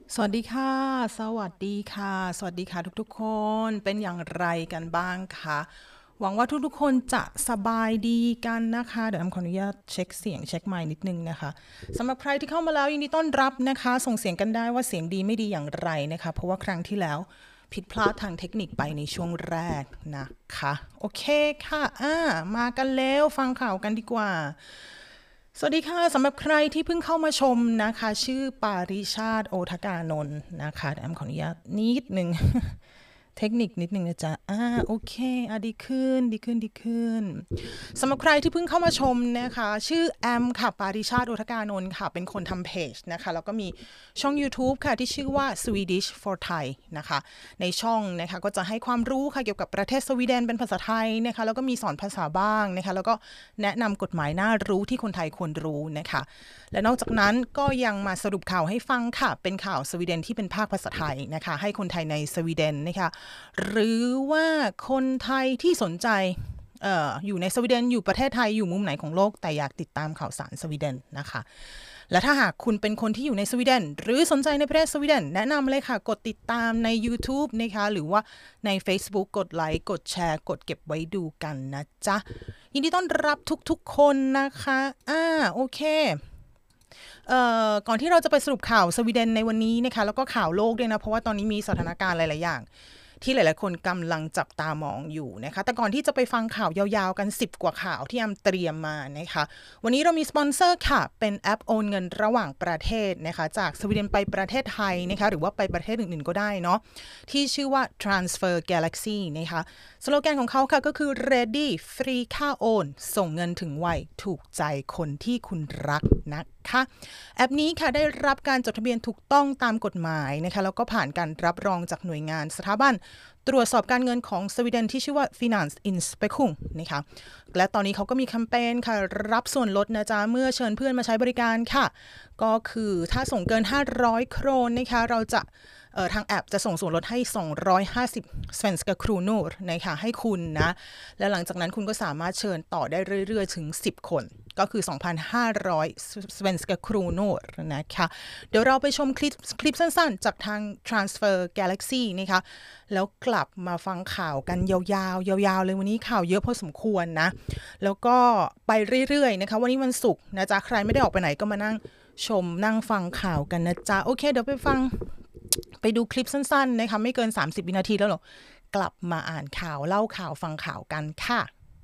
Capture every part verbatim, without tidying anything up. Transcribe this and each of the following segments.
สวัสดีค่ะ สวัสดีค่ะ สวัสดีค่ะทุกๆคนเป็นอย่างไรกันบ้างคะหวังว่าทุกๆคนจะสบายดีกันนะคะเดี๋ยวผมขออนุญาตเช็คเสียงเช็คไมค์นิดนึงนะคะสำหรับใครที่เข้ามาแล้วยินดีต้อนรับนะคะส่งเสียงกันได้ว่าเสียงดีไม่ดีอย่างไรนะคะเพราะว่าครั้งที่แล้วผิดพลาดทางเทคนิคไปในช่วงแรกนะคะโอเคค่ะอ่ามากันแล้วฟังข่าวกันดีกว่าสวัสดีค่ะสำหรับใครที่เพิ่งเข้ามาชมนะคะชื่อปาริชาติโอทกานนท์นะคะเดี๋ยวขออนุญาตนิดนึง เทคนิคนิดนึงนะจ๊ะอ่าโอเคอ่ะดีขึ้นดีขึ้นดีขึ้นสำหรับใครที่เพิ่งเข้ามาชมนะคะชื่อแอมค่ะปาริชาติโอทกานนท์ค่ะเป็นคนทำเพจนะคะแล้วก็มีช่อง YouTube ค่ะที่ชื่อว่า Swedish for Thai นะคะในช่องนะคะก็จะให้ความรู้ค่ะเกี่ยวกับประเทศสวีเดนเป็นภาษาไทยนะคะแล้วก็มีสอนภาษาบ้างนะคะแล้วก็แนะนำกฎหมายน่ารู้ที่คนไทยควรรู้นะคะและนอกจากนั้นก็ยังมาสรุปข่าวให้ฟังค่ะเป็นข่าวสวีเดนที่เป็นภาคภาษาไทยนะคะให้คนไทยในสวีเดนนะคะหรือว่าคนไทยที่สนใจเอ่ออยู่ในสวีเดนอยู่ประเทศไทยอยู่มุมไหนของโลกแต่อยากติดตามข่าวสารสวีเดนนะคะและถ้าหากคุณเป็นคนที่อยู่ในสวีเดนหรือสนใจในประเทศสวีเดนแนะนำเลยค่ะกดติดตามใน YouTube นะคะหรือว่าใน Facebook กดไลค์กดแชร์กดเก็บไว้ดูกันนะจ๊ะยินดีต้อนรับทุกๆคนนะคะอ่าโอเคเอ่อก่อนที่เราจะไปสรุปข่าวสวีเดนในวันนี้นะคะแล้วก็ข่าวโลกด้วยนะเพราะว่าตอนนี้มีสถานการณ์หลายๆอย่างที่หลายๆคนกำลังจับตามองอยู่นะคะแต่ก่อนที่จะไปฟังข่าวยาวๆกันสิบกว่าข่าวที่แอมเตรียมมานะคะวันนี้เรามีสปอนเซอร์ค่ะเป็นแอปโอนเงินระหว่างประเทศนะคะจากสวีเดนไปประเทศไทยนะคะหรือว่าไปประเทศอื่นๆก็ได้เนาะที่ชื่อว่า Transfer Galaxy นะคะสโลแกนของเขาค่ะก็คือ ready ฟรีค่าโอนส่งเงินถึงไวถูกใจคนที่คุณรักนะคะแอปนี้ค่ะได้รับการจดทะเบียนถูกต้องตามกฎหมายนะคะแล้วก็ผ่านการรับรองจากหน่วยงานสถาบันตรวจสอบการเงินของสวีเดนที่ชื่อว่า Finans Inspektion นะคะและตอนนี้เขาก็มีแคมเปญค่ะรับส่วนลดนะจ๊ะเมื่อเชิญเพื่อนมาใช้บริการค่ะก็คือถ้าส่งเกินห้าร้อยโครนนะคะเราจะทางแอปจะส่งส่วนลดให้สองร้อยห้าสิบ svenska kronor นะคะให้คุณนะและหลังจากนั้นคุณก็สามารถเชิญต่อได้เรื่อยๆถึงสิบคนก็คือ สองพันห้าร้อย svenska kronor นะคะเดี๋ยวเราไปชมคลิปคลิปสั้นๆจากทาง Transfer Galaxy นะคะแล้วกลับมาฟังข่าวกันยาวๆยาวๆเลยวันนี้ข่าวเยอะพอสมควรนะแล้วก็ไปเรื่อยๆนะคะวันนี้วันศุกร์นะจ๊ะใครไม่ได้ออกไปไหนก็มานั่งชมนั่งฟังข่าวกันนะจ๊ะโอเคเดี๋ยวไปฟังไปดูคลิปสั้นๆนะคะไม่เกินสามสิบวินาทีแล้วหรอกลับมาอ่านข่าวเล่าข่าวฟังข่าวกันค่ะ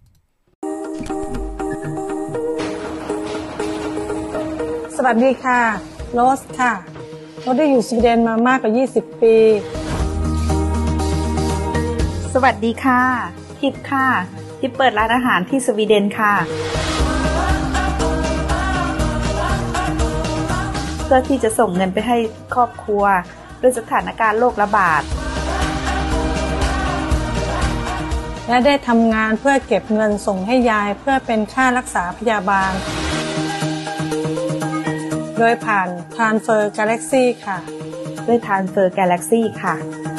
สวัสดีค่ะโรสค่ะโรสได้อยู่สวีเดนมามากกว่ายี่สิบปีสวัสดีค่ะทิพย์ค่ะทิพย์เปิดร้านอาหารที่สวีเดนค่ะเพื่อที่จะส่งเงินไปให้ครอบครัวด้วยสถานการณ์โรคระบาดและได้ทำงานเพื่อเก็บเงินส่งให้ยายเพื่อเป็นค่ารักษาพยาบาลโดยผ่าน Transfer Galaxy ค่ะด้วย Transfer Galaxy ค่ะ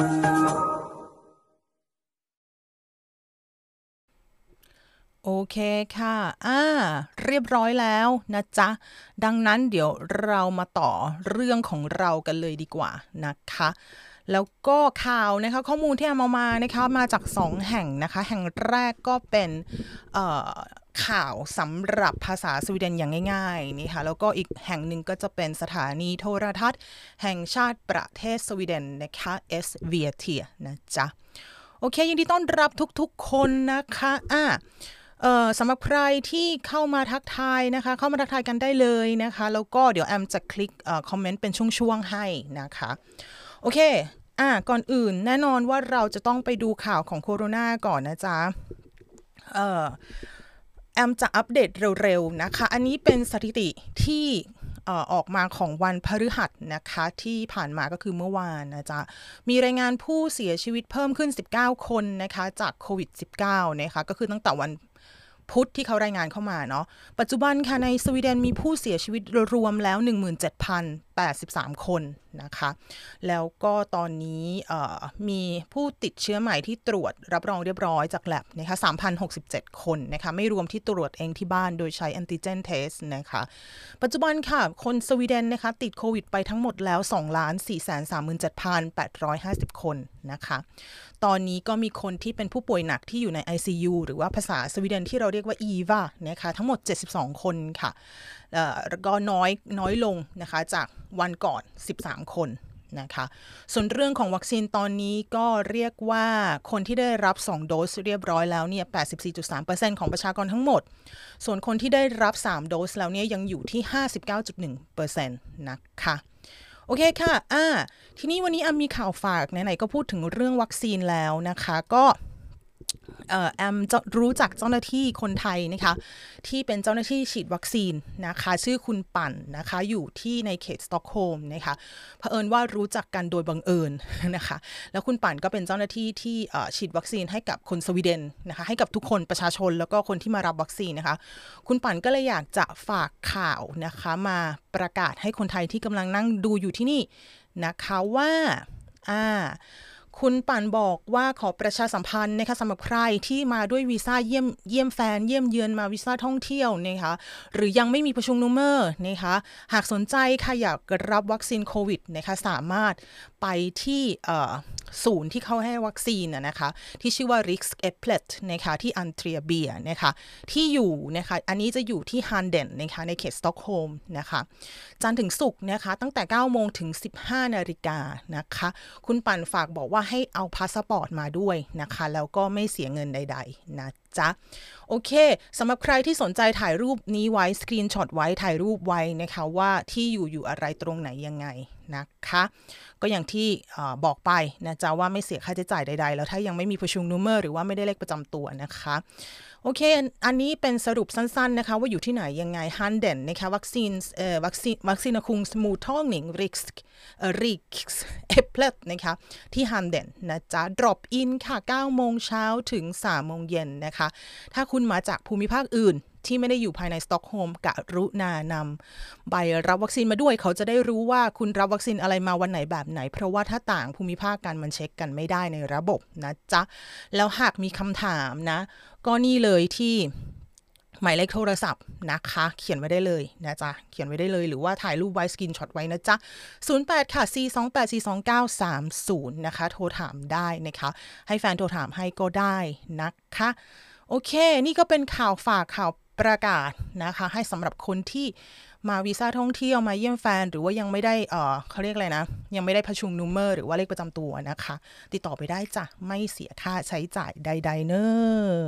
โอเคค่ะอ่าเรียบร้อยแล้วนะจ๊ะดังนั้นเดี๋ยวเรามาต่อเรื่องของเรากันเลยดีกว่านะคะแล้วก็ข่าวนะคะข้อมูลที่เอามานะคะมาจากสองแห่งนะคะแห่งแรกก็เป็นเอ่อข่าวสำหรับภาษาสวีเดนอย่างง่ายๆนี่ค่ะแล้วก็อีกแห่งหนึ่งก็จะเป็นสถานีโทรทัศน์แห่งชาติประเทศสวีเดนนะคะ เอส วี ที นะจ๊ะโอเคยินดีต้อนรับทุกๆคนนะคะอ่ะเอ่อสำหรับใครที่เข้ามาทักทายนะคะเข้ามาทักทายกันได้เลยนะคะแล้วก็เดี๋ยวแอมจะคลิกเอ่อคอมเมนต์เป็นช่วงๆให้นะคะโอเคอ่ะก่อนอื่นแน่นอนว่าเราจะต้องไปดูข่าวของโคโรนาก่อนนะจ๊ะเอ่อแอมจะอัปเดตเร็วๆนะคะอันนี้เป็นสถิติที่เอ่อออกมาของวันพฤหัสนะคะที่ผ่านมาก็คือเมื่อวานนะจ๊ะมีรายงานผู้เสียชีวิตเพิ่มขึ้นสิบเก้าคนนะคะจากโควิด สิบเก้า นะคะก็คือตั้งแต่วันพุธที่เขารายงานเข้ามาเนาะปัจจุบันค่ะในสวีเดนมีผู้เสียชีวิตรวมแล้ว หนึ่งหมื่นเจ็ดพันแปดสิบสามคนนะคะแล้วก็ตอนนี้มีผู้ติดเชื้อใหม่ที่ตรวจรับรองเรียบร้อยจาก lab นะคะ สามพันหกสิบเจ็ด คนนะคะไม่รวมที่ตรวจเองที่บ้านโดยใช้ antigen test นะคะปัจจุบันค่ะคนสวีเดนนะคะติดโควิดไปทั้งหมดแล้ว สองล้านสี่แสนสามหมื่นเจ็ดพันแปดร้อยห้าสิบ คนนะคะตอนนี้ก็มีคนที่เป็นผู้ป่วยหนักที่อยู่ใน ไอ ซี ยู หรือว่าภาษาสวีเดนที่เราเรียกว่า อี วี เอ นะคะทั้งหมดเจ็ดสิบสองคนค่ะแล้วก็น้อยน้อยลงนะคะจากวันก่อนสิบสามคนนะคะส่วนเรื่องของวัคซีนตอนนี้ก็เรียกว่าคนที่ได้รับสองโดสเรียบร้อยแล้วเนี่ย แปดสิบสี่จุดสามเปอร์เซ็นต์ ของประชากรทั้งหมดส่วนคนที่ได้รับสามโดสแล้วเนี่ยยังอยู่ที่ ห้าสิบเก้าจุดหนึ่งเปอร์เซ็นต์ นะคะโอเคค่ะอ่าทีนี้วันนี้มีข่าวฝากไหนๆก็พูดถึงเรื่องวัคซีนแล้วนะคะก็แอมจะรู้จักเจ้าหน้าที่คนไทยนะคะที่เป็นเจ้าหน้าที่ฉีดวัคซีนนะคะชื่อคุณปั่นนะคะอยู่ที่ในเขตสต็อกโฮล์มนะคะเผอิญว่ารู้จักกันโดยบังเอิญนะคะแล้วคุณปั่นก็เป็นเจ้าหน้าที่ที่ฉีดวัคซีนให้กับคนสวีเดนนะคะให้กับทุกคนประชาชนแล้วก็คนที่มารับวัคซีนนะคะคุณปั่นก็เลยอยากจะฝากข่าวนะคะมาประกาศให้คนไทยที่กำลังนั่งดูอยู่ที่นี่นะคะว่าอ่าคุณปั่นบอกว่าขอประชาสัมพันธ์นะคะสำหรับใครที่มาด้วยวีซ่าเยี่ยมเยี่ยมแฟนเยี่ยมเยือนมาวีซ่าท่องเที่ยวนะคะหรือยังไม่มีประชุมนูเมอร์นะคะหากสนใจค่ะอยากรับวัคซีนโควิดนะคะสามารถไปที่ศูนย์ที่เขาให้วัคซีนนะคะที่ชื่อว่า Riksäpplet นะคะที่อันเทรียเบียนะคะที่อยู่นะคะอันนี้จะอยู่ที่ฮันเดนนะคะในเขตสต็อกโฮล์มนะคะจันทร์ถึงศุกร์นะคะตั้งแต่ เก้าโมงถึง สิบห้านาฬิกานะคะคุณปั่นฝากบอกว่าให้เอาพาสปอร์ตมาด้วยนะคะแล้วก็ไม่เสียเงินใดๆนะจ๊ะโอเคสำหรับใครที่สนใจถ่ายรูปนี้ไว้สกรีนช็อตไว้ถ่ายรูปไว้นะคะว่าที่อยู่อยู่อะไรตรงไหนยังไงนะคะก็อย่างที่บอกไปนะจ๊ะว่าไม่เสียค่าใช้จ่ายใดๆแล้วถ้ายังไม่มีประชุมนูเมอร์หรือว่าไม่ได้เลขประจำตัวนะคะโอเคอันนี้เป็นสรุปสั้นๆนะคะว่าอยู่ที่ไหนยังไงฮันเดนนะคะวัคซีนเอ่อวัคซีนวัคซีนคุงสมูทองหนิงริกส์เอ่อริกส์เอเพลตนะคะที่ฮันเดนนะจ๊ะ drop in ค่ะ เก้าโมงเช้าถึง สามโมงเย็นนะคะถ้าคุณมาจากภูมิภาคอื่นที่ไม่ได้อยู่ภายในสต็อกโฮล์มกรุณานำใบรับวัคซีนมาด้วยเขาจะได้รู้ว่าคุณรับวัคซีนอะไรมาวันไหนแบบไหนเพราะว่าถ้าต่างภูมิภาคกันมันเช็คกันไม่ได้ในระบบนะจ๊ะแล้วหากมีคำถามนะก็นี่เลยที่หมายเลขโทรศัพท์นะคะเขียนไว้ได้เลยนะจ๊ะเขียนไว้ได้เลยหรือว่าถ่ายรูปไว้สกรีนช็อตไว้นะจ๊ะศูนย์แปดค่ะ สี่ สอง แปด สี่ สอง เก้า สาม ศูนย์นะคะโทรถามได้นะคะให้แฟนโทรถามให้ก็ได้นะคะโอเคนี่ก็เป็นข่าวฝากข่าวประกาศนะคะให้สำหรับคนที่มาวีซ่าท่องเที่ยวมาเยี่ยมแฟนหรือว่ายังไม่ได้เอ่อเขาเรียกอะไรนะยังไม่ได้ประชุมนูเมอร์หรือว่าเลขประจำตัวนะคะติดต่อไปได้จ้ะไม่เสียค่าใช้จ่ายใดๆเนอะ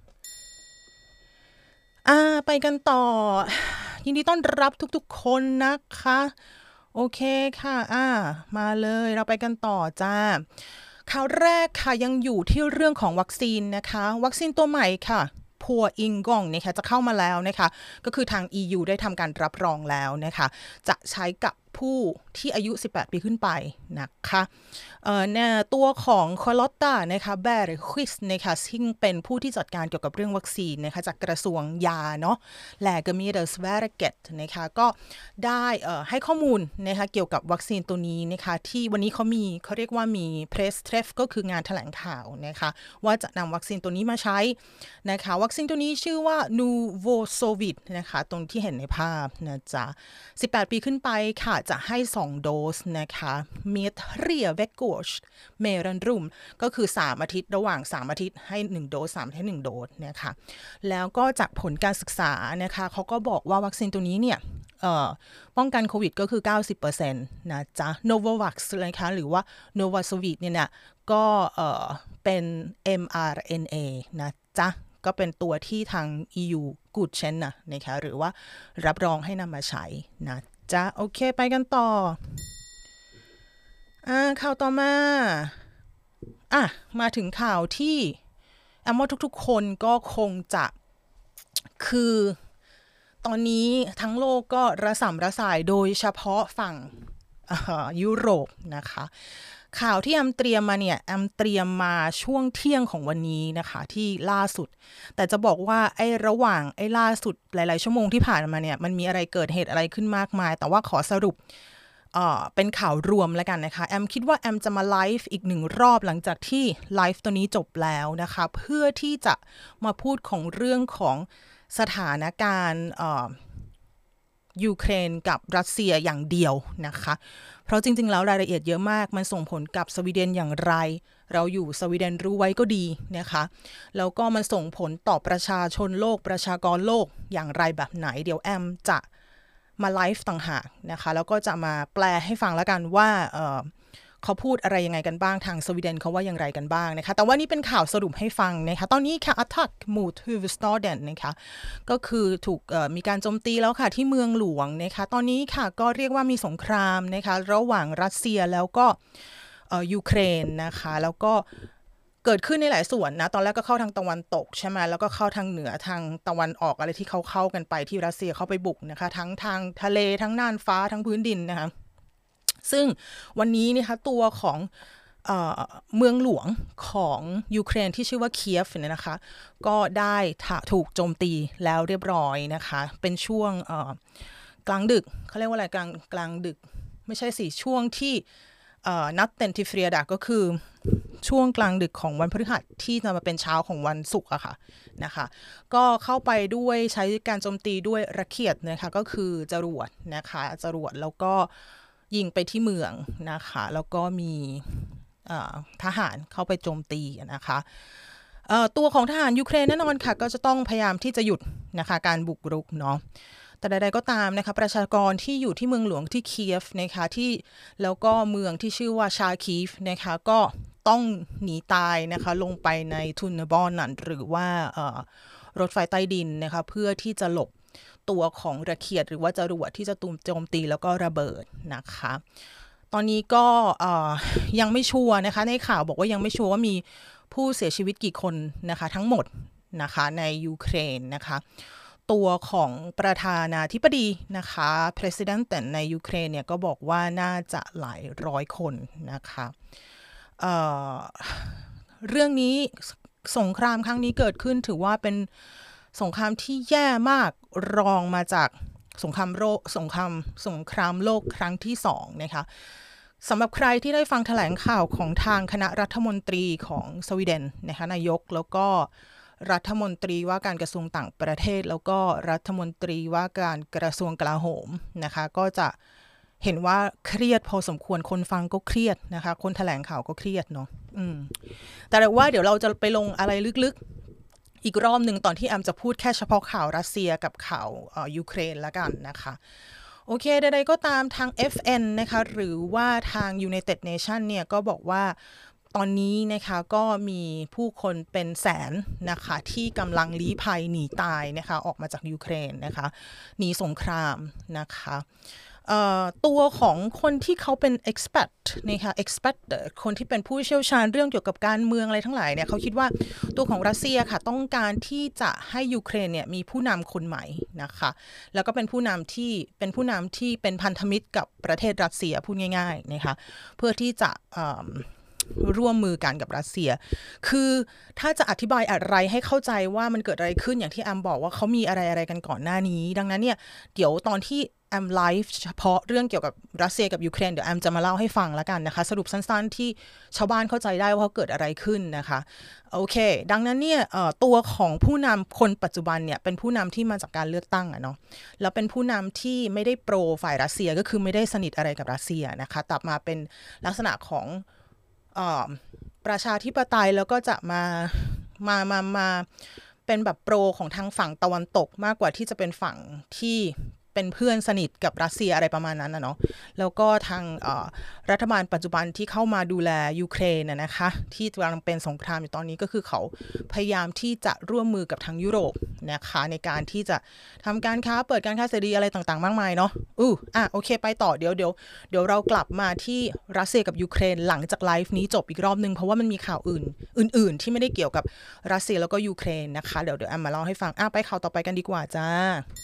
อ่าไปกันต่อยินดีต้อนรับทุกๆคนนะคะโอเคค่ะอ่ามาเลยเราไปกันต่อจ้าข่าวแรกค่ะยังอยู่ที่เรื่องของวัคซีนนะคะวัคซีนตัวใหม่ค่ะพัวอิงกองนะคะจะเข้ามาแล้วนะคะก็คือทาง อี ยู ได้ทำการรับรองแล้วนะคะจะใช้กับผู้ที่อายุสิบแปดปีขึ้นไปนะคะเอ่อเนี่ยตัวของคอลอตตานะคะแบร์ควิสนะคะซึ่งเป็นผู้ที่จัดการเกี่ยวกับเรื่องวัคซีนนะคะจากกระทรวงยาเนาะแลกมีเดอร์สเวรเกตนะคะก็ได้เอ่อให้ข้อมูลนะคะเกี่ยวกับวัคซีนตัวนี้นะคะที่วันนี้เขามีเขาเรียกว่ามีเพรสเทรฟก็คืองานแถลงข่าวนะคะว่าจะนำวัคซีนตัวนี้มาใช้นะคะวัคซีนตัวนี้ชื่อว่า Nuvosovid นะคะตรงที่เห็นในภาพนะจ๊ะสิบแปดปีขึ้นไปค่ะจะให้สองโดสนะคะเมทเรียเวกโกชเมรันรุมก็คือสามอาทิตย์ระหว่างสามอาทิตย์ให้หนึ่งโดสสามให้หนึ่งโดสนะคะแล้วก็จากผลการศึกษานะคะเขาก็บอกว่าวัคซีนตัวนี้เนี่ยเอ่อป้องกันโควิดก็คือ เก้าสิบเปอร์เซ็นต์ นะจ๊ะ Novavax นะคะหรือว่า Nuvasovid เนี่ยนะก็เอ่อเป็น เอ็ม อาร์ เอ็น เอ นะจ๊ะก็เป็นตัวที่ทาง อี ยู กูดเชนนะนะคะหรือว่ารับรองให้นำมาใช้นะจ้ะโอเคไปกันต่ออ่าข่าวต่อมาอ่ะมาถึงข่าวที่แอมว่าทุกๆคนก็คงจะคือตอนนี้ทั้งโลกก็ระส่ำระสายโดยเฉพาะฝั่งยุโรปนะคะข่าวที่แอมเตรียมมาเนี่ยแอมเตรียมมาช่วงเที่ยงของวันนี้นะคะที่ล่าสุดแต่จะบอกว่าไอ้ระหว่างไอ้ล่าสุดหลายๆชั่วโมงที่ผ่านมาเนี่ยมันมีอะไรเกิดเหตุอะไรขึ้นมากมายแต่ว่าขอสรุปเอ่อเป็นข่าวรวมแล้วกันนะคะแอมคิดว่าแอมจะมาไลฟ์อีกหนึ่งรอบหลังจากที่ไลฟ์ตัวนี้จบแล้วนะคะเพื่อที่จะมาพูดของเรื่องของสถานการณ์เอ่อยูเครนกับรัสเซียอย่างเดียวนะคะเพราะจริงๆแล้วรายละเอียดเยอะมากมันส่งผลกับสวีเดนอย่างไรเราอยู่สวีเดนรู้ไว้ก็ดีนะคะแล้วก็มันส่งผลต่อประชาชนโลกประชากรโลกอย่างไรแบบไหนเดี๋ยวแอมจะมาไลฟ์ต่างหากนะคะแล้วก็จะมาแปลให้ฟังแล้วกันว่า เอ่อ เขาพูดอะไรยังไงกันบ้างทางสวีเดนเขาว่าอย่างไรกันบ้างนะคะแต่ว่านี่เป็นข่าวสรุปให้ฟังนะคะตอนนี้ค่ะ attack mot huvudstaden นะคะก็คือถูกมีการโจมตีแล้วค่ะที่เมืองหลวงนะคะตอนนี้ค่ะก็เรียกว่ามีสงครามนะคะระหว่างรัสเซียแล้วก็ยูเครนนะคะแล้วก็เกิดขึ้นในหลายส่วนนะตอนแรกก็เข้าทางตะวันตกใช่ไหมแล้วก็เข้าทางเหนือทางตะวันออกอะไรที่เขาเข้ากันไปที่รัสเซียเข้าไปบุกนะคะทั้งทางทะเลทั้งน่านฟ้าทั้งพื้นดินนะคะซึ่งวันนี้นะคะตัวของเอ่อเมืองหลวงของยูเครนที่ชื่อว่าเคียฟเนี่ยนะคะก็ได้ถูกโจมตีแล้วเรียบร้อยนะคะเป็นช่วงเอ่อกลางดึกเขาเรียกว่าอะไรกลางกลางดึกไม่ใช่สิช่วงที่เอ่อนัดเตนทิฟรียดาก็คือช่วงกลางดึกของวันพฤหัสที่จะมาเป็นเช้าของวันศุกร์อะค่ะนะคะก็เข้าไปด้วยใช้การโจมตีด้วยระเขียดนะคะก็คือจรวดนะคะจรวดแล้วก็ยิงไปที่เมืองนะคะแล้วก็มีทหารเข้าไปโจมตีนะคะตัวของทหารยูเครนแน่นอนค่ะก็จะต้องพยายามที่จะหยุดนะคะการบุกรุกเนาะแต่ใดๆก็ตามนะคะประชากรที่อยู่ที่เมืองหลวงที่เคียฟนะคะที่แล้วก็เมืองที่ชื่อว่าชาคีฟนะคะก็ต้องหนีตายนะคะลงไปในทุนเนบอนนั่นหรือว่ารถไฟใต้ดินนะคะเพื่อที่จะหลบตัวของระเขียดหรือว่าจรวดที่จะโจมตีแล้วก็ระเบิดนะคะตอนนี้ก็ยังไม่ชัวร์นะคะในข่าวบอกว่ายังไม่ชัวร์ว่ามีผู้เสียชีวิตกี่คนนะคะทั้งหมดนะคะในยูเครนนะคะตัวของประธานาธิบดีนะคะ President ในยูเครนเนี่ยก็บอกว่าน่าจะหลายร้อยคนนะคะเอ่อเรื่องนี้สงครามครั้งนี้เกิดขึ้นถือว่าเป็นสงครามที่แย่มากรองมาจากสงครามโลกสงครามสงครามโลกครั้งที่สองนะคะสำหรับใครที่ได้ฟังแถลงข่าวของทางคณะรัฐมนตรีของสวีเดนนะคะนายกแล้วก็รัฐมนตรีว่าการกระทรวงต่างประเทศแล้วก็รัฐมนตรีว่าการกระทรวงกลาโหมนะคะก็จะเห็นว่าเครียดพอสมควรคนฟังก็เครียดนะคะคนแถลงข่าวก็เครียดเนาะอืมแต่ว่าเดี๋ยวเราจะไปลงอะไรลึกๆอีกรอบหนึ่งตอนที่แอมจะพูดแค่เฉพาะข่าวรัสเซียกับข่าวยูเครนละกันนะคะโอเคใดๆก็ตามทาง เอฟ เอ็น นะคะหรือว่าทาง United Nations เนี่ยก็บอกว่าตอนนี้นะคะก็มีผู้คนเป็นแสนนะคะที่กำลังลี้ภัยหนีตายนะคะออกมาจากยูเครนนะคะหนีสงครามนะคะตัวของคนที่เขาเป็น expert นะคะ expert คนที่เป็นผู้เชี่ยวชาญเรื่องเกี่ยวกับการเมืองอะไรทั้งหลายเนี่ยเขาคิดว่าตัวของรัสเซียค่ะต้องการที่จะให้ยูเครนเนี่ยมีผู้นำคนใหม่นะคะแล้วก็เป็นผู้นำที่เป็นผู้นำที่เป็นพันธมิตรกับประเทศรัสเซียพูดง่ายๆนะคะเพื่อที่จะร่วมมือกันกับรัสเซียคือถ้าจะอธิบายอะไรให้เข้าใจว่ามันเกิดอะไรขึ้นอย่างที่แอมบอกว่าเขามีอะไรอะไรกันก่อนหน้านี้ดังนั้นเนี่ยเดี๋ยวตอนที่แอมไลฟ์เฉพาะเรื่องเกี่ยวกับรัสเซียกับยูเครนเดี๋ยวแอมจะมาเล่าให้ฟังแล้วกันนะคะสรุปสั้นๆที่ชาวบ้านเข้าใจได้ว่าเกิดอะไรขึ้นนะคะโอเคดังนั้นเนี่ยตัวของผู้นำคนปัจจุบันเนี่ยเป็นผู้นำที่มาจากการเลือกตั้งอะเนาะแล้วเป็นผู้นำที่ไม่ได้โปรฝ่ายรัสเซียก็คือไม่ได้สนิทอะไรกับรัสเซียนะคะแต่มาเป็นลักษณะของประชาธิปไตยแล้วก็จะมามามามาเป็นแบบโปรของทางฝั่งตะวันตกมากกว่าที่จะเป็นฝั่งที่เป็นเพื่อนสนิทกับรัสเซียอะไรประมาณนั้นนะเนาะแล้วก็ทางรัฐบาลปัจจุบันที่เข้ามาดูแลยูเครนนะคะที่กำลังเป็นสงครามอยู่ตอนนี้ก็คือเขาพยายามที่จะร่วมมือกับทางยุโรปนะคะในการที่จะทำการค้าเปิดการค้าเสรีอะไรต่างๆมากมายเนาะอู้อ่ะโอเคไปต่อเดี๋ยวเดี๋ยวเดี๋ยวเรากลับมาที่รัสเซียกับยูเครนหลังจากไลฟ์นี้จบอีกรอบนึงเพราะว่ามันมีข่าวอื่นอื่นๆที่ไม่ได้เกี่ยวกับรัสเซียแล้วก็ยูเครนนะคะเดี๋ยวเดี๋ยวแอมมาเล่าให้ฟังอ่ะไปข่าวต่อไปกันดีกว่าจ้า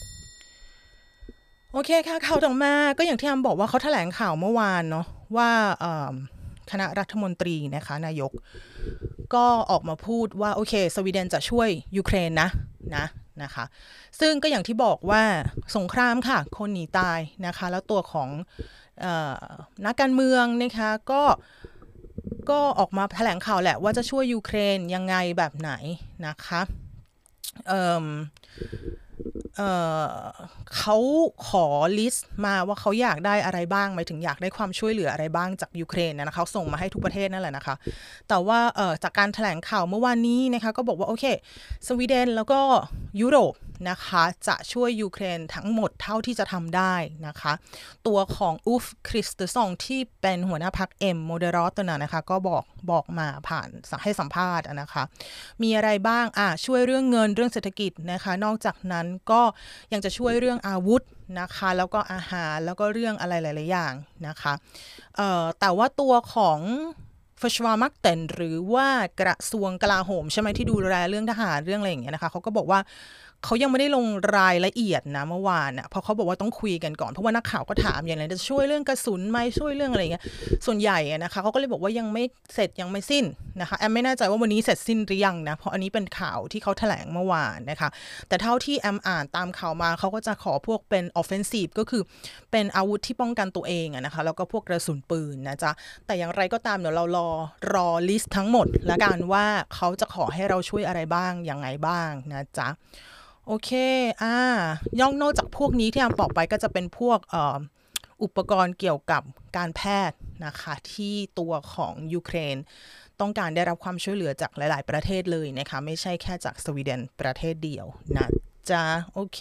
โอเคค่ะข่าวต่อมาก็อย่างที่แอมบอกว่าเขาแถลงข่าวเมื่อวานเนาะว่าคณะรัฐมนตรีนะคะนายกก็ออกมาพูดว่าโอเคสวีเดนจะช่วยยูเครนนะนะนะคะซึ่งก็อย่างที่บอกว่าสงครามค่ะคนหนีตายนะคะแล้วตัวของนักการเมืองนะคะก็ก็ออกมาแถลงข่าวแหละว่าจะช่วยยูเครนยังไงแบบไหนนะคะเอ่อเอ่อเขาขอลิสต์มาว่าเขาอยากได้อะไรบ้างหมายถึงอยากได้ความช่วยเหลืออะไรบ้างจากยูเครนนะเขาส่งมาให้ทุกประเทศนั่นแหละนะคะแต่ว่าเอ่อจากการแถลงข่าวเมื่อวานนี้นะคะก็บอกว่าโอเคสวีเดนแล้วก็ยุโรปนะคะจะช่วยยูเครนทั้งหมดเท่าที่จะทำได้นะคะตัวของอุฟคริสเตอร์ซองที่เป็นหัวหน้าพรรคเอ็มโมเดรอตนะนะคะก็บอกบอกมาผ่านให้สัมภาษณ์นะคะมีอะไรบ้างอ่ะช่วยเรื่องเงินเรื่องเศรษฐกิจนะคะนอกจากนั้นก็ยังจะช่วยเรื่องอาวุธนะคะแล้วก็อาหารแล้วก็เรื่องอะไรหลายๆอย่างนะคะเอ่อแต่ว่าตัวของฟชวามักเตนหรือว่ากระทรวงกลาโหมใช่ไหมที่ดูแลเรื่องทหารเรื่องอะไรอย่างเงี้ยนะคะเขาก็บอกว่าเขายังไม่ได้ลงรายละเอียดนะเมื่อวานน่ะเพราะเขาบอกว่าต้องคุยกันก่อนเพราะว่านักข่าวก็ถามอย่างไรจะช่วยเรื่องกระสุนไหมช่วยเรื่องอะไรอย่างเงี้ยส่วนใหญ่นะคะเขาก็เลยบอกว่ายังไม่เสร็จยังไม่สิ้นนะคะแอมไม่แน่ใจว่าวันนี้เสร็จสิ้นหรือยังนะเพราะอันนี้เป็นข่าวที่เขาแถลงเมื่อวานนะคะแต่เท่าที่แอมอ่านตามข่าวมาเขาก็จะขอพวกเป็น offensive ก็คือเป็นอาวุธที่ป้องกันตัวเองนะคะแล้วก็พวกกระสุนปืนนะจ๊ะแต่อย่างไรก็ตามเดี๋ยวเรารอรอลิสต์ทั้งหมดละกันว่าเขาจะขอให้เราช่วยอะไรบ้างยังไงบ้างนะจ๊ะโอเคอ่ายอกนอกจากพวกนี้ที่แอมบอกไปก็จะเป็นพวกเอ่ออุปกรณ์เกี่ยวกับการแพทย์นะคะที่ตัวของยูเครนต้องการได้รับความช่วยเหลือจากหลายๆประเทศเลยนะคะไม่ใช่แค่จากสวีเดนประเทศเดียวนะจ๊ะโอเค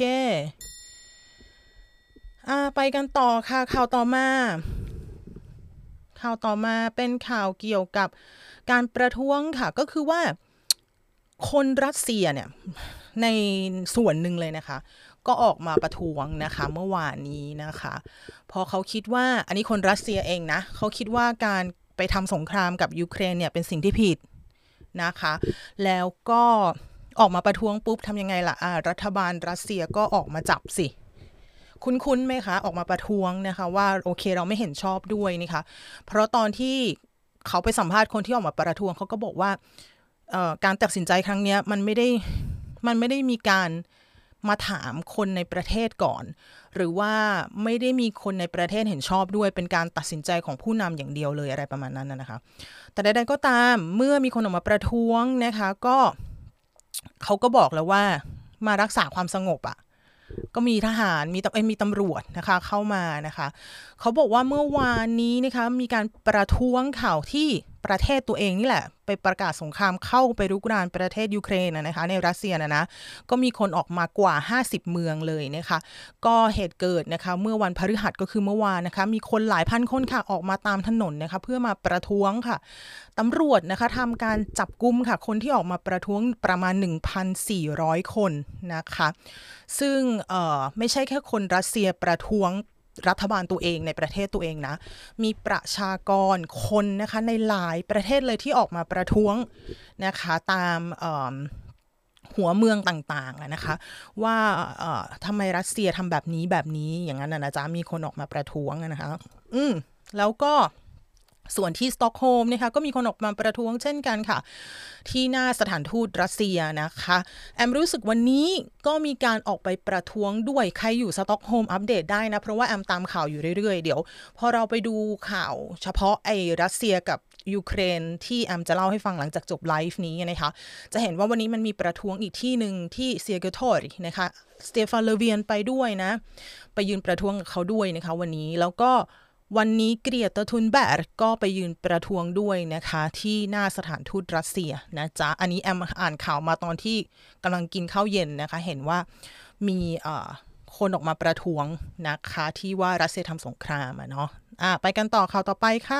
อ่าไปกันต่อค่ะข่าวต่อมาข่าวต่อมาเป็นข่าวเกี่ยวกับการประท้วงค่ะก็คือว่าคนรัสเซียเนี่ยในส่วนหนึ่งเลยนะคะก็ออกมาประท้วงนะคะเมื่อวานนี้นะคะพอเขาคิดว่าอันนี้คนรัสเซียเองนะเขาคิดว่าการไปทำสงครามกับยูเครนเนี่ยเป็นสิ่งที่ผิดนะคะแล้วก็ออกมาประท้วงปุ๊บทำยังไงล่ะรัฐบาลรัสเซียก็ออกมาจับสิคุ้นๆไหมคะออกมาประท้วงนะคะว่าโอเคเราไม่เห็นชอบด้วยนี่ค่ะเพราะตอนที่เขาไปสัมภาษณ์คนที่ออกมาประท้วงเขาก็บอกว่าการตัดสินใจครั้งนี้มันไม่ได้มันไม่ได้มีการมาถามคนในประเทศก่อนหรือว่าไม่ได้มีคนในประเทศเห็นชอบด้วยเป็นการตัดสินใจของผู้นำอย่างเดียวเลยอะไรประมาณนั้นนะคะแต่ใดๆก็ตามเมื่อมีคนออกมาประท้วงนะคะก็เขาก็บอกแล้วว่ามารักษาความสงบอ่ะก็มีทหารมีตำมีตำรวจนะคะเข้ามานะคะเขาบอกว่าเมื่อวานนี้นะคะมีการประท้วงข่าวที่ประเทศตัวเองนี่แหละไปประกาศสงครามเข้าไปรุกรานประเทศยูเครนนะคะในรัสเซียนะนะก็มีคนออกมากว่าห้าสิบเมืองเลยนะคะก็เหตุเกิดนะคะเมื่อวันพฤหัสก็คือเมื่อวานนะคะมีคนหลายพันคนค่ะออกมาตามถนนนะคะเพื่อมาประท้วงค่ะตำรวจนะคะทำการจับกุมค่ะคนที่ออกมาประท้วงประมาณ หนึ่งพันสี่ร้อย คนนะคะซึ่งเอ่อไม่ใช่แค่คนรัสเซียประท้วงรัฐบาลตัวเองในประเทศตัวเองนะมีประชากรคนนะคะในหลายประเทศเลยที่ออกมาประท้วงนะคะตามหัวเมืองต่างๆนะคะว่าทำไมรัสเซียทำแบบนี้แบบนี้อย่างนั้นนะจ๊ะมีคนออกมาประท้วงนะคะอืมแล้วก็ส่วนที่สต็อกโฮล์มนะคะก็มีคนออกมาประท้วงเช่นกันค่ะที่หน้าสถานทูตรัสเซียนะคะแอมรู้สึกวันนี้ก็มีการออกไปประท้วงด้วยใครอยู่สต็อกโฮล์มอัปเดตได้นะเพราะว่าแอมตามข่าวอยู่เรื่อยๆเดี๋ยวพอเราไปดูข่าวเฉพาะไอ้รัสเซียกับยูเครนที่แอมจะเล่าให้ฟังหลังจากจบไลฟ์นี้นะคะจะเห็นว่าวันนี้มันมีประท้วงอีกที่หนึ่งที่เซียเกทอร์นะคะสเตฟานเลเวียนไปด้วยนะไปยืนประท้วงกับเขาด้วยนะคะวันนี้แล้วก็วันนี้เกรียตทุนแบร์ก็ไปยืนประท้วงด้วยนะคะที่หน้าสถานทูตรัสเซียนะจ๊ะอันนี้แอมอ่านข่าวมาตอนที่กำลังกินข้าวเย็นนะคะเห็นว่ามีคนออกมาประท้วงนะคะที่ว่ารัสเซียทำสงครามอ่ะเนาะอ่ะไปกันต่อข่าวต่อไปค่ะ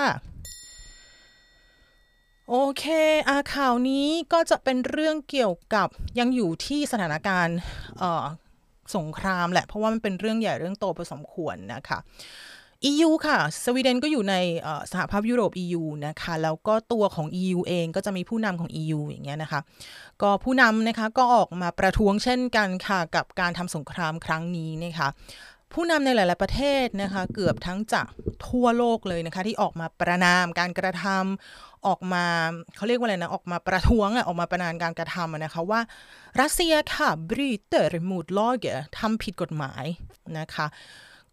โอเคอ่ะข่าวนี้ก็จะเป็นเรื่องเกี่ยวกับยังอยู่ที่สถานการณ์สงครามแหละเพราะว่ามันเป็นเรื่องใหญ่เรื่องโตพอสมควรนะคะ อี ยู ค่ะสวีเดนก็อยู่ในสหภาพยุโรป อี ยู นะคะแล้วก็ตัวของ อี ยู เองก็จะมีผู้นำของ อี ยู อย่างเงี้ยนะคะก็ผู้นำนะคะก็ออกมาประท้วงเช่นกันค่ะกับการทำสงครามครั้งนี้นะคะผู้นำในหลายๆประเทศนะคะเกือบทั้งจากทั่วโลกเลยนะคะที่ออกมาประณามการกระทำออกมาเขาเรียกว่าอะไรนะออกมาประท้วงอ่ะออกมาประณามการกระทำนะคะว่ารัสเซียค่ะ bryter mot lagen ทำผิดกฎหมายนะคะ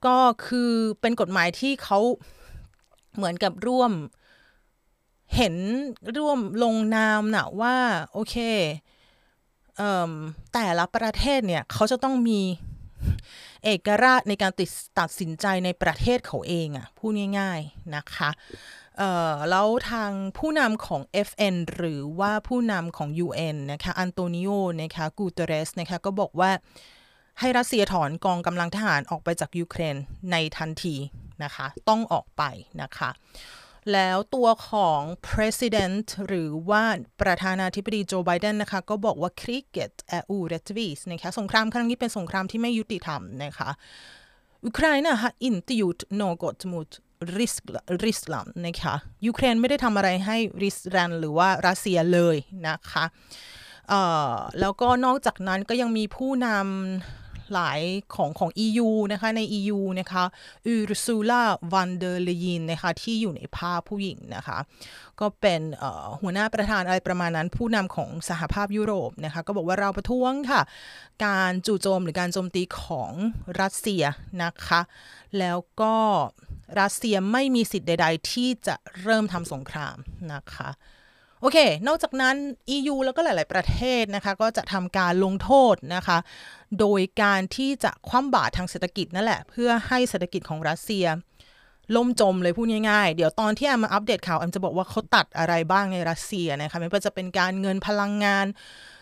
ก็คือเป็นกฎหมายที่เขาเหมือนกับร่วมเห็นร่วมลงนามนะว่าโอเคเอ่อแต่ละประเทศเนี่ยเขาจะต้องมีเอกราชในการตัดสินใจในประเทศเขาเองอ่ะพูดง่ายๆนะคะเอ่อแล้วทางผู้นำของ เอฟ เอ็น หรือว่าผู้นำของ ยู เอ็น นะคะอันโตนิโอนะคะกูเตเรสนะคะก็บอกว่าให้รัสเซียถอนกองกำลังทหารออกไปจากยูเครนในทันทีนะคะต้องออกไปนะคะแล้วตัวของ president หรือว่าประธานาธิบดีโจไบเดนนะคะก็บอกว่า kriget är orättvist นะคะสงครามครั้งนี้เป็นสงครามที่ไม่ยุติธรรมนะคะ Ukraina har inte gjort något mot Ryssland นะคะยูเครนไม่ได้ทำอะไรให้ริสแลนหรือว่ารัสเซียเลยนะคะเอ่อแล้วก็นอกจากนั้นก็ยังมีผู้นำหลายของของ อี ยู นะคะใน อี ยู นะคะอูรซูล่าวันเดอร์เลยินนะคะที่อยู่ในภาพผู้หญิงนะคะก็เป็นหัวหน้าประธานอะไรประมาณนั้นผู้นำของสหภาพยุโรปนะคะก็บอกว่าเราประท้วงค่ะการจู่โจมหรือการโจมตีของรัสเซียนะคะแล้วก็รัสเซียไม่มีสิทธิ์ใดๆที่จะเริ่มทำสงครามนะคะโอเคนอกจากนั้น อี ยู แล้วก็หลายๆประเทศนะคะก็จะทำการลงโทษนะคะโดยการที่จะคว่ำบาตรทางเศรษฐกิจนั่นแหละเพื่อให้เศรษฐกิจของรัสเซียล่มจมเลยพูดง่ายๆเดี๋ยวตอนที่แอมมาอัปเดตข่าวแอมจะบอกว่าเขาตัดอะไรบ้างในรัสเซียนะคะไม่ว่าจะเป็นการเงินพลังงาน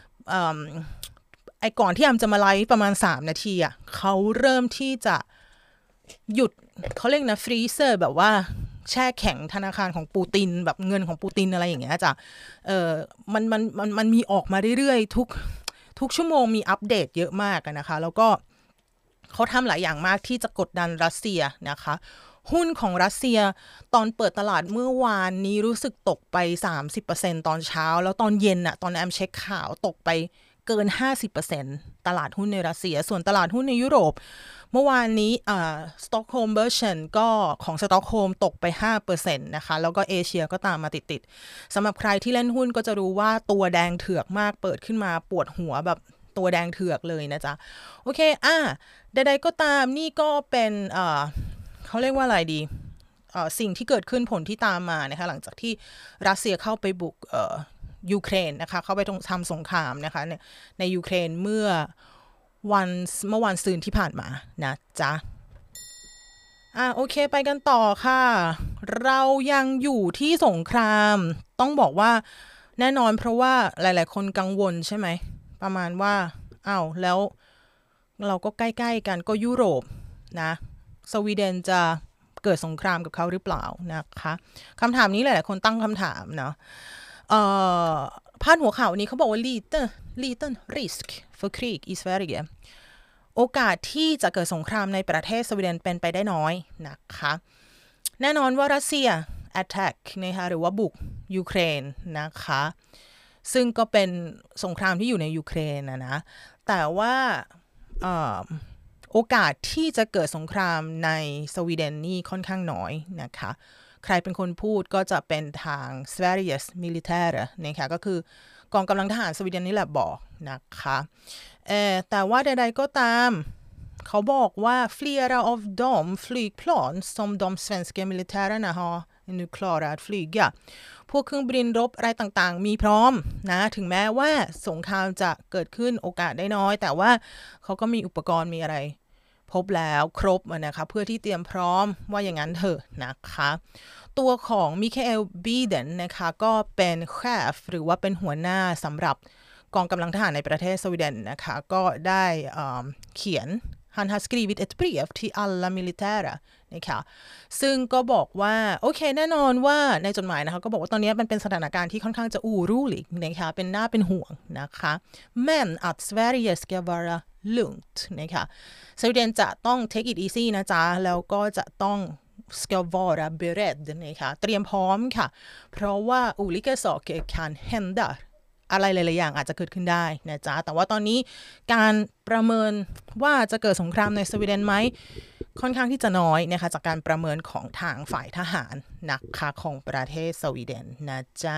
ไอ้ก่อนที่แอมจะมาไลฟ์ประมาณสามนาทีอ่ะเขาเริ่มที่จะหยุดเขาเรียกนะฟรีเซอร์แบบว่าแช่แข็งธนาคารของปูตินแบบเงินของปูตินอะไรอย่างเงี้ยจ้ะเออมันมันมันมันมีออกมาเรื่อยๆทุกทุกชั่วโมงมีอัปเดตเยอะมากนะคะแล้วก็เขาทำหลายอย่างมากที่จะกดดันรัสเซียนะคะหุ้นของรัสเซียตอนเปิดตลาดเมื่อวานนี้รู้สึกตกไป สามสิบเปอร์เซ็นต์ ตอนเช้าแล้วตอนเย็นน่ะตอนแอมเช็คข่าวตกไปเกิน ห้าสิบเปอร์เซ็นต์ ตลาดหุ้นในรัสเซียส่วนตลาดหุ้นในยุโรปเมื่อวานนี้อ่า Stockholm Börsen ก็ของ Stockholm ตกไป ห้าเปอร์เซ็นต์ นะคะแล้วก็เอเชียก็ตามมาติดๆสำหรับใครที่เล่นหุ้นก็จะรู้ว่าตัวแดงเถือกมากเปิดขึ้นมาปวดหัวแบบตัวแดงเถือกเลยนะจ๊ะโอเคอ่ะใดๆก็ตามนี่ก็เป็นเอ่อเขาเรียกว่าอะไรดีเอ่อสิ่งที่เกิดขึ้นผลที่ตามมานะคะหลังจากที่รัสเซียเข้าไปบุกเอ่อยูเครนนะคะเข้าไปทำสงครามนะคะในในยูเครนเมื่อวันเมื่อวันซืนที่ผ่านมานะจ๊ะอ่ะโอเคไปกันต่อค่ะเรายังอยู่ที่สงครามต้องบอกว่าแน่นอนเพราะว่าหลายๆคนกังวลใช่ไหมประมาณว่าอ้าวแล้วเราก็ใกล้ๆกันก็ยุโรปนะสวีเดนจะเกิดสงครามกับเขาหรือเปล่านะคะคำถามนี้หลายๆคนตั้งคำถามเนาะเอ่อพาดหัวข่าวนี้เขาบอกว่า liten liten risk för krig i Sverige โอกาสที่จะเกิดสงครามในประเทศสวีเดนเป็นไปได้น้อยนะคะแน่นอนว่ารัสเซีย attack นะคะหรือว่าบุกยูเครนนะคะซึ่งก็เป็นสงครามที่อยู่ในยูเครนนะนะแต่ว่าเอ่อโอกาสที่จะเกิดสงครามในสวีเดนนี่ค่อนข้างน้อยนะคะใครเป็นคนพูดก็จะเป็นทาง Sveriges militär นะคะก็คือกองกำลังทหารสวีเดนนี่แหละบอกนะคะเอ่อแต่ว่าใดๆก็ตามเขาบอกว่า flera av de flygplan som de svenska militärerna har nu klarar att flyga พวกเครื่องบินรบอะไรต่างๆมีพร้อมนะถึงแม้ว่าสงครามจะเกิดขึ้นโอกาสได้น้อยแต่ว่าเขาก็มีอุปกรณ์มีอะไรพบแล้วครบนะคะเพื่อที่เตรียมพร้อมว่าอย่างนั้นเถอะนะคะตัวของมิคาเอลบีเดนนะคะก็เป็นแชฟหรือว่าเป็นหัวหน้าสำหรับกองกำลังทหารในประเทศสวีเดนนะคะก็ได้เขียนHan har skrivit ett brev till alla militärer นะคะซึ่งก็บอกว่าโอเคแน่นอนว่าในจดหมายนะคะก็บอกว่าตอนนี้มันเป็นสถานการณ์ที่ค่อนข้างจะอูรุลิกนะคะเป็นน่าเป็นห่วงนะคะ men att Sverige ska vara lugnt นะคะสวีเดนจะต้อง take it easy นะจ๊ะแล้วก็จะต้อง ska vara beredd นะคะเตรียมพร้อมค่ะเพราะว่า olika saker kan händaอะไรหลายๆอย่างอาจจะเกิดขึ้นได้นะจ๊ะแต่ว่าตอนนี้การประเมินว่าจะเกิดสงครามในสวีเดนไหมค่อนข้างที่จะน้อยนะคะจากการประเมินของทางฝ่ายทหารนะคะของประเทศสวีเดนนะจ๊ะ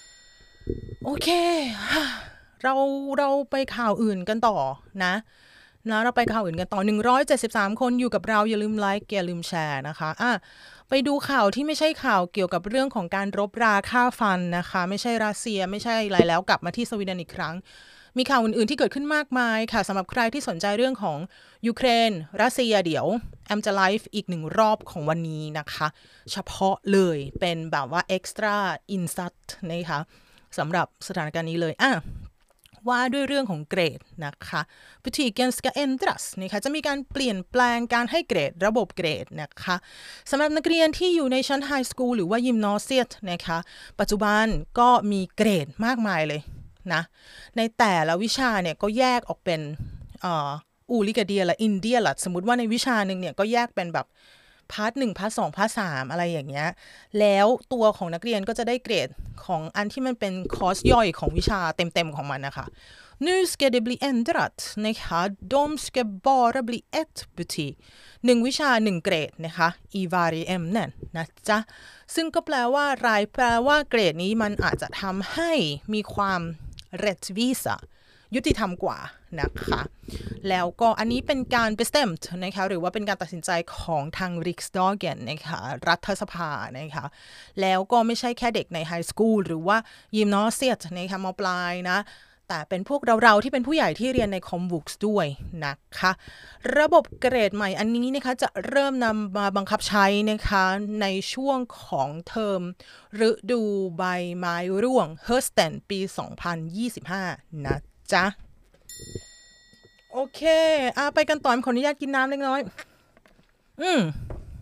โอเคเราเราไปข่าวอื่นกันต่อนะแล้วเราไปข่าวอื่นกันต่อหนึ่งร้อยเจ็ดสิบสามคนอยู่กับเราอย่าลืมไลค์อย่าลืมแชร์นะคะอ่ะไปดูข่าวที่ไม่ใช่ข่าวเกี่ยวกับเรื่องของการรบราฆ่าฟันนะคะไม่ใช่รัสเซียไม่ใช่อะไรแล้วกลับมาที่สวีเดนอีกครั้งมีข่าวอื่นๆที่เกิดขึ้นมากมายค่ะสำหรับใครที่สนใจเรื่องของยูเครนรัสเซียเดี๋ยวแอมจะไลฟ์อีกหนึ่งรอบของวันนี้นะคะเฉพาะเลยเป็นแบบว่า extra insight นะคะสำหรับสถานการณ์นี้เลยอ่ะว่าด้วยเรื่องของเกรดนะคะ betygen ska ändras นะคะจะมีการเปลี่ยนแปลงการให้เกรดระบบเกรดนะคะสำหรับนักเรียนที่อยู่ในชั้นไฮสคูลหรือว่ายิมนาเซียตนะคะปัจจุบันก็มีเกรดมากมายเลยนะในแต่ละวิชาเนี่ยก็แยกออกเป็นอ่าอูลิกาเดียและอินเดียละสมมติว่าในวิชาหนึ่งเนี่ยก็แยกเป็นแบบพาร์ทหนึ่งพาร์ทสองพาร์ทสามอะไรอย่างเงี้ยแล้วตัวของนักเรียนก็จะได้เกรดของอันที่มันเป็นคอร์สย่อยของวิชาเต็มๆของมันนะคะ Nu ska det bli ändrat นะคะ De ska bara bli ett betyg หนึ่งวิชาหนึ่งเกรดนะคะ i varje ämne นะจ๊ะซึ่งก็แปลว่าอะไรแปลว่าเกรดนี้มันอาจจะทำให้มีความ rättvisa ยุติธรรมกว่านะคะแล้วก็อันนี้เป็นการ bestämt นะคะหรือว่าเป็นการตัดสินใจของทาง Riksdagen นะคะรัฐสภานะคะแล้วก็ไม่ใช่แค่เด็กในไฮสคูลหรือว่ายิมนาเซียตนะคะม.ปลายนะแต่เป็นพวกเราๆที่เป็นผู้ใหญ่ที่เรียนในคอมบุ๊กส์ด้วยนะคะระบบเกรดใหม่อันนี้นะคะจะเริ่มนำมาบังคับใช้นะคะในช่วงของเทอมฤดูใบไม้ร่วงเฮิร์สเตนปีสองพันยี่สิบห้านะจ๊ะโอเคอ่ะไปกันต่อขออนุญาตกินน้ำเล็กน้อยอืม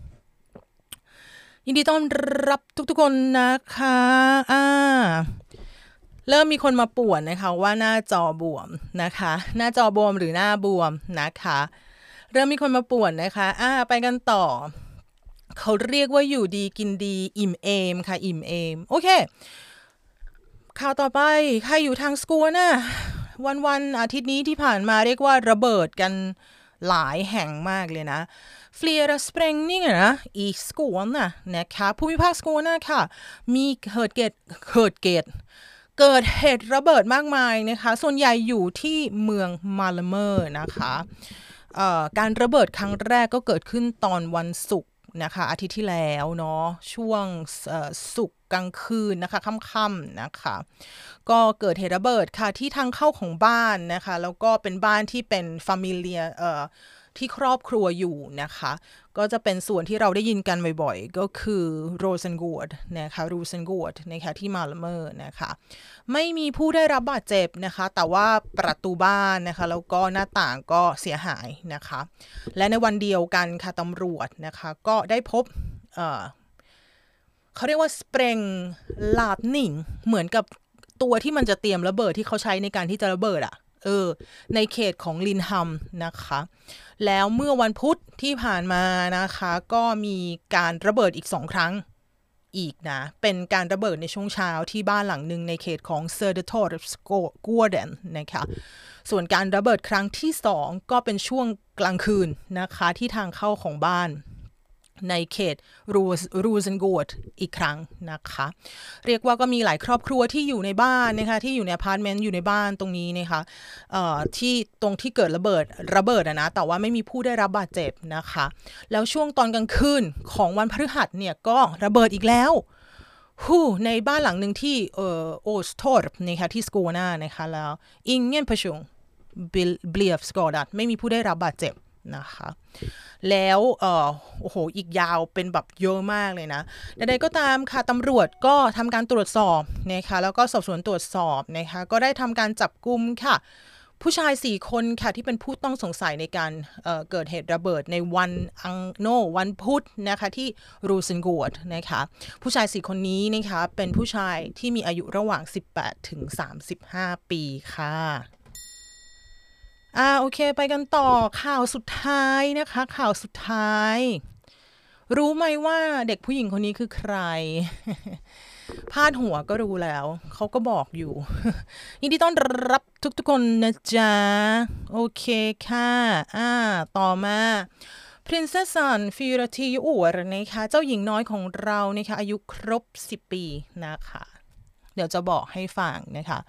ยินดีต้อนรับทุกๆคนนะคะอ่าเริ่มมีคนมาป่วนนะคะว่าหน้าจอบวมนะคะหน้าจอบวมหรือหน้าบวมนะคะเริ่มมีคนมาป่วนนะคะอ่าไปกันต่อเขาเรียกว่าอยู่ดีกินดีอิ่มเอมค่ะอิ่มเอมโอเคข่าวต่อไปใครอยู่ทางสกูนะวันๆอาทิตย์นี้ที่ผ่านมาเรียกว่าระเบิดกันหลายแห่งมากเลยนะ Flera sprängningar i Skåne นะคะภูมิภาคสกูนะค่ะมีเกิดเกิดเกิดเกิดเกิดเหตุระเบิดมากมายนะคะส่วนใหญ่อยู่ที่เมืองมาลเมอร์นะคะเอ่อการระเบิดครั้งแรกก็เกิดขึ้นตอนวันศุกร์นะคะอาทิตย์ที่แล้วเนาะช่วงศุกร์กลางคืนนะคะค่ำๆนะคะก็เกิดเหตุระเบิดค่ะที่ทางเข้าของบ้านนะคะแล้วก็เป็นบ้านที่เป็นฟามิเลียเอ่อที่ครอบครัวอยู่นะคะก็จะเป็นส่วนที่เราได้ยินกันบ่อยๆก็คือโรเซนกูดนะคะโรเซนกูดนะคะที่มาลเมอร์นะคะไม่มีผู้ได้รับบาดเจ็บนะคะแต่ว่าประตูบ้านนะคะแล้วก็หน้าต่างก็เสียหายนะคะและในวันเดียวกันค่ะตำรวจนะคะก็ได้พบเอ่อเขาเรียกว่าสเปรงลาดนิ่งเหมือนกับตัวที่มันจะเตรียมระเบิดที่เขาใช้ในการที่จะระเบิดอ่ะเออในเขตของลินฮัมนะคะแล้วเมื่อวันพุธที่ผ่านมานะคะก็มีการระเบิดอีกสองครั้งอีกนะเป็นการระเบิดในช่วงเช้าที่บ้านหลังหนึ่งในเขตของเซอร์เดทอร์สกัวเดนนะคะส่วนการระเบิดครั้งที่สองก็เป็นช่วงกลางคืนนะคะที่ทางเข้าของบ้านในเขตรูรูเซนกูดอีกครั้งนะคะเรียกว่าก็มีหลายครอบครัวที่อยู่ในบ้านนะคะที่อยู่ในอพาร์ตเมนต์อยู่ในบ้านตรงนี้นะคะเอ่อที่ตรงที่เกิดระเบิดระเบิดอะนะแต่ว่าไม่มีผู้ได้รับบาดเจ็บนะคะแล้วช่วงตอนกลางคืนของวันพฤหัสเนี่ยก็ระเบิดอีกแล้วฮู้ในบ้านหลังหนึ่งที่เอ่อโอสทอร์ปนะคะที่สโกนานะคะแล้วอิงเงียนพชงเบลียฟสกอดัตไม่มีผู้ได้รับบาดเจ็บนะคะแล้วเอ่อโอ้โหอีกยาวเป็นแบบเยอะมากเลยนะใดๆก็ตามค่ะตำรวจก็ทำการตรวจสอบนะคะแล้วก็สอบสวนตรวจสอบนะคะก็ได้ทำการจับกุมค่ะผู้ชายสี่คนค่ะที่เป็นผู้ต้องสงสัยในการเอ่อเกิดเหตุระเบิดในวันอังโนวันพุธนะคะที่รูเซนกูดนะคะผู้ชายสี่คนนี้นะคะเป็นผู้ชายที่มีอายุระหว่างสิบแปดถึงสามสิบห้าปีค่ะอ่าโอเคไปกันต่อข่าวสุดท้ายนะคะข่าวสุดท้ายรู้ไหมว่าเด็กผู้หญิงคนนี้คือใคร พาดหัวก็รู้แล้วเขาก็บอกอยู่ ยินดีต้อนรับทุกๆคนนะจ๊ะโอเคค่ะอ่าต่อมา Prinsessan fyra tio år นะคะเจ้าหญิงน้อยของเรานะคะอายุครบสิบปีนะคะเดี๋ยวจะบอกให้ฟังนะคะ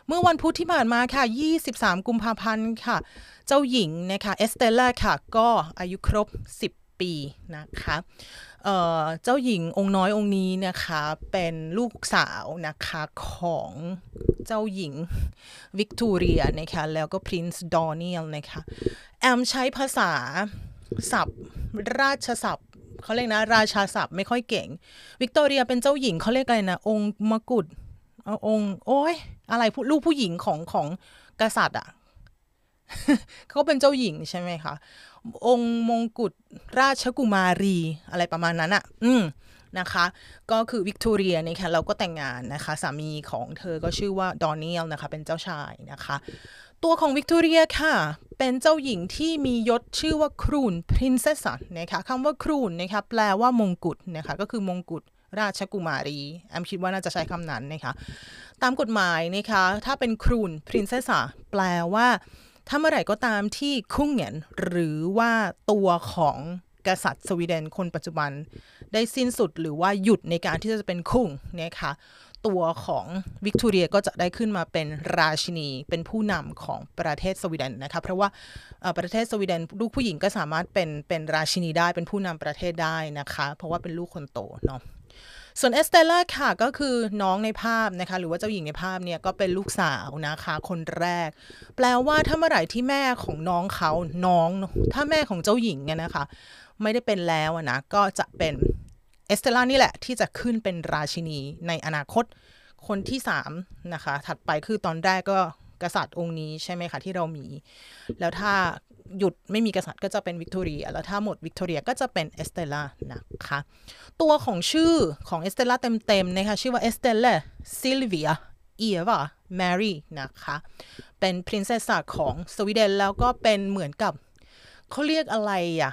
เมื่อวันพุธที่ผ่านมาค่ะยี่สิบสามกุมภาพันธ์ค่ะเจ้าหญิงนะคะเอสเตลล่าค่ะก็อายุครบสิบปีนะคะเอ่อเจ้าหญิงองค์น้อยองค์นี้นะคะเป็นลูกสาวนะคะของเจ้าหญิงวิกตอเรียนะคะแล้วก็พรินซ์ดอเนียลนะคะแอมใช้ภาษาศัพท์ราชศัพท์เขาเรียกนะราชาศัพท์ไม่ค่อยเก่งวิกตอเรียเป็นเจ้าหญิงเขาเรียกอะไรนะองค์มกุฎองค์โอ้ยอะไรลูกผู้หญิงของของกษัตริย์อ่ะ เขาเป็นเจ้าหญิงใช่ไหมคะองค์มงกุฎราชกุมารีอะไรประมาณนั้นอ่ะอืมนะคะก็คือวิกตอเรียนะคะเราก็แต่งงานนะคะสามีของเธอก็ชื่อว่าดอนเนียลนะคะเป็นเจ้าชายนะคะตัวของวิกตอเรียค่ะเป็นเจ้าหญิงที่มียศชื่อว่าครูน princess นะคะคำว่าครูนนะคะแปลว่ามงกุฎนะคะก็คือมงกุฎราชกุมารีแอมคิดว่าน่าจะใช้คำนั้นนะคะตามกฎหมายนะคะถ้าเป็นครูน princess แปลว่าถ้าเมื่อไหร่ก็ตามที่คุ้งเงินหรือว่าตัวของกษัตริย์สวีเดนคนปัจจุบันได้สิ้นสุดหรือว่าหยุดในการที่จะเป็นคุ้งนะคะตัวของวิกตอเรียก็จะได้ขึ้นมาเป็นราชินีเป็นผู้นำของประเทศสวีเดนนะคะเพราะว่าประเทศสวีเดนลูกผู้หญิงก็สามารถเป็นเป็นราชินีได้เป็นผู้นำประเทศได้นะคะเพราะว่าเป็นลูกคนโตเนาะส่วนเอสเตลล่าค่ะก็คือน้องในภาพนะคะหรือว่าเจ้าหญิงในภาพเนี่ยก็เป็นลูกสาวนะคะคนแรกแปลว่าถ้าเมื่อไหร่ที่แม่ของน้องเขาน้องถ้าแม่ของเจ้าหญิงเนี่ยนะคะไม่ได้เป็นแล้วนะก็จะเป็นเอสเตลล่านี่แหละที่จะขึ้นเป็นราชินีในอนาคตคนที่สามนะคะถัดไปคือตอนแรกก็กษัตริย์องค์นี้ใช่ไหมคะที่เรามีแล้วถ้าหยุดไม่มีกษัตริย์ก็จะเป็นวิกตอเรียแล้วถ้าหมดวิกตอเรียก็จะเป็นเอสเตลล่านะคะตัวของชื่อของเอสเตลล่าเต็มๆนะคะชื่อว่าเอสเตลล่าซิลเวียเอวาแมรี่นะคะเป็นพรินเซสของสวีเดนแล้วก็เป็นเหมือนกับเขาเรียกอะไรอ่ะ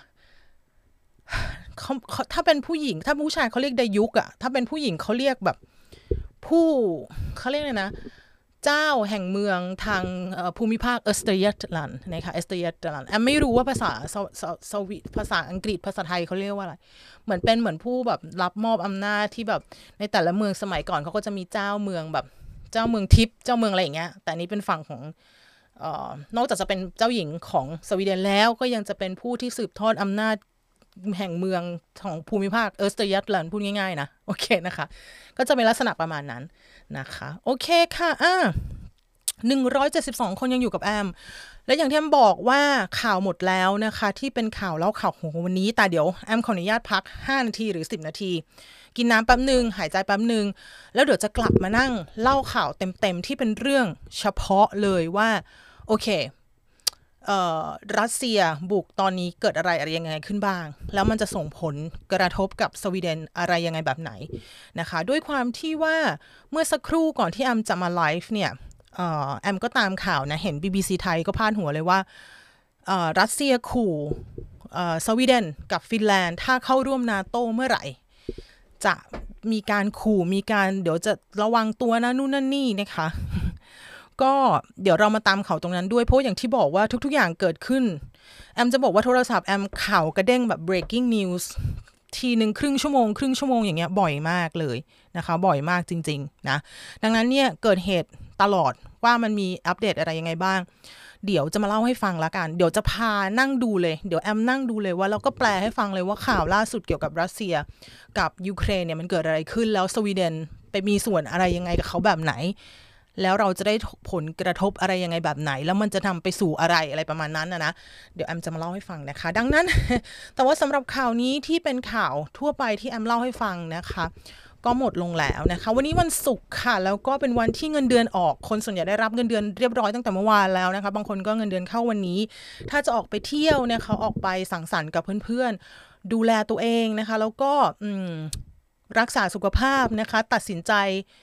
ถ้าเป็นผู้หญิงถ้าผู้ชายเขาเรียกไดยุกอ่ะถ้าเป็นผู้หญิงเขาเรียกแบบผู้เขาเรียกอะไรนะเจ้าแห่งเมืองทางภูมิภาคเอสเตเยตลันนะคะเอสเตเยตลันแอมไม่รู้ว่าภาษาสวีภาษาอังกฤษภาษาไทยเขาเรียกว่าอะไรเหมือนเป็นเหมือนผู้แบบรับมอบอำนาจที่แบบในแต่ละเมืองสมัยก่อนเขาก็จะมีเจ้าเมืองแบบเจ้าเมืองทิพย์เจ้าเมืองอะไรอย่างเงี้ยแต่นี้เป็นฝั่งของเอ่อนอกจากจะเป็นเจ้าหญิงของสวีเดนแล้วก็ยังจะเป็นผู้ที่สืบทอดอำนาจแห่งเมืองของภูมิภาคเอสเตเยตลันพูดง่ายๆนะโอเคนะคะก็จะเป็นลักษณะประมาณนั้นนะคะโอเคค่ะอ่ะหนึ่งร้อยเจ็ดสิบสองคนยังอยู่กับแอมและอย่างที่แอมบอกว่าข่าวหมดแล้วนะคะที่เป็นข่าวเล่าข่าวของวันนี้แต่เดี๋ยวแอมขออนุญาตพักห้านาทีหรือสิบนาทีกินน้ำแป๊บนึงหายใจแป๊บนึงแล้วเดี๋ยวจะกลับมานั่งเล่าข่าวเต็มๆที่เป็นเรื่องเฉพาะเลยว่าโอเครัสเซียบุกตอนนี้เกิดอะไรอะไรยังไงขึ้นบ้างแล้วมันจะส่งผลกระทบกับสวีเดนอะไรยังไงแบบไหนนะคะด้วยความที่ว่าเมื่อสักครู่ก่อนที่แอมจะมาไลฟ์เนี่ยแอมก็ตามข่าวนะเห็น บี บี ซี ไทยก็พาดหัวเลยว่ารัสเซียขู่สวีเดนกับฟินแลนด์ถ้าเข้าร่วมนาโต้เมื่อไหร่จะมีการขู่มีการเดี๋ยวจะระวังตัวนะนู่นนั่นนี่นะคะก็เดี๋ยวเรามาตามข่าวตรงนั้นด้วยเพราะอย่างที่บอกว่าทุกๆอย่างเกิดขึ้นแอมจะบอกว่าโทรศัพท์แอมข่าวกระเด้งแบบ breaking news ทีหนึ่งครึ่งชั่วโมงครึ่งชั่วโมงอย่างเงี้ยบ่อยมากเลยนะคะบ่อยมากจริงๆนะดังนั้นเนี่ยเกิดเหตุตลอดว่ามันมีอัปเดตอะไรยังไงบ้างเดี๋ยวจะมาเล่าให้ฟังละกันเดี๋ยวจะพานั่งดูเลยเดี๋ยวแอมนั่งดูเลยว่าเราก็แปลให้ฟังเลยว่าข่าวล่าสุดเกี่ยวกับรัสเซียกับยูเครนเนี่ยมันเกิดอะไรขึ้นแล้วสวีเดนไปมีส่วนอะไรยังไงกับเขาแบบไหนแล้วเราจะได้ผลกระทบอะไรยังไงแบบไหนแล้วมันจะนำไปสู่อะไรอะไรประมาณนั้นนะนะเดี๋ยวแอมจะมาเล่าให้ฟังนะคะดังนั้น แต่ว่าสำหรับข่าวนี้ที่เป็นข่าวทั่วไปที่แอมเล่าให้ฟังนะคะก็หมดลงแล้วนะคะวันนี้วันศุกร์ค่ะแล้วก็เป็นวันที่เงินเดือนออกคนส่วนใหญ่ได้รับเงินเดือนเรียบร้อยตั้งแต่เมื่อวานแล้วนะคะบางคนก็เงินเดือนเข้าวันนี้ถ้าจะออกไปเที่ยวนะคะออกไปสังสรรค์กับเพื่อนๆดูแลตัวเองนะคะแล้วก็รักษาสุขภาพนะคะตัดสินใจ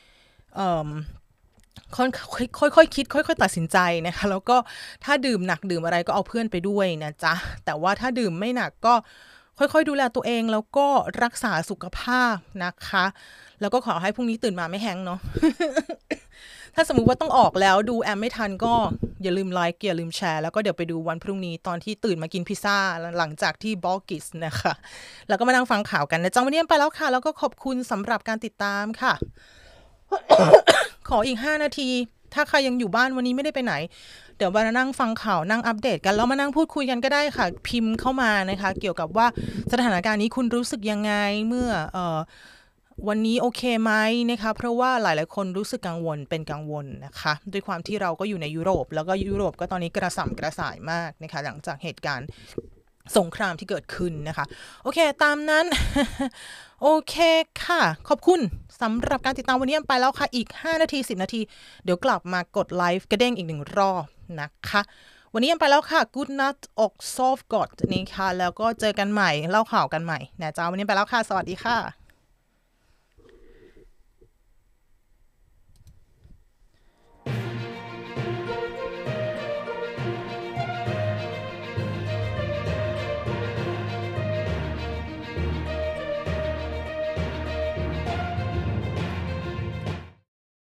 ค่อยๆ ค, คิดค่อยๆตัดสินใจนะคะแล้วก็ถ้าดื่มหนักดื่มอะไรก็เอาเพื่อนไปด้วยนะจ๊ะแต่ว่าถ้าดื่มไม่หนักก็ค่อยๆดูแลตัวเองแล้วก็รักษาสุขภาพนะคะแล้วก็ขอให้พรุ่งนี้ตื่นมาไม่แฮงก์เนาะ ถ้าสมมุติว่าต้องออกแล้วดูแอมไม่ทันก็อย่าลืมไลค์อย่าลืมแชร์แล้วก็เดี๋ยวไปดูวันพรุ่งนี้ตอนที่ตื่นมากินพิซซ่าหลังจากที่บอลกิสนะคะแล้วก็มานั่งฟังข่าวกันนะจ๊ะวันนี้ไปแล้วค่ะแล้วก็ขอบคุณสำหรับการติดตามค่ะ ขออีกห้านาทีถ้าใครยังอยู่บ้านวันนี้ไม่ได้ไปไหนเดี๋ยวมานั่งฟังข่าวนั่งอัปเดตกันแล้วมานั่งพูดคุยกันก็ได้ค่ะพิมพ์เข้ามานะคะเกี่ยวกับว่าสถานการณ์นี้คุณรู้สึกยังไงเมื่อเอ่อวันนี้โอเคไหมนะคะเพราะว่าหลายๆคนรู้สึกกังวลเป็นกังวลนะคะด้วยความที่เราก็อยู่ในยุโรปแล้วก็ยุโรปก็ตอนนี้กระส่ำกระส่ายมากนะคะหลังจากเหตุการณ์สงครามที่เกิดขึ้นนะคะโอเคตามนั้น โอเคค่ะขอบคุณสำหรับการติดตามวันนี้ไปแล้วค่ะอีกห้านาทีสิบนาทีเดี๋ยวกลับมากดไลฟ์กระเด้งอีกหนึ่งรอบนะคะวันนี้ไปแล้วค่ะ Good Night อก Soft God นี่ค่ะแล้วก็เจอกันใหม่เล่าข่าวกันใหม่นะจ๊ะวันนี้ไปแล้วค่ะสวัสดีค่ะ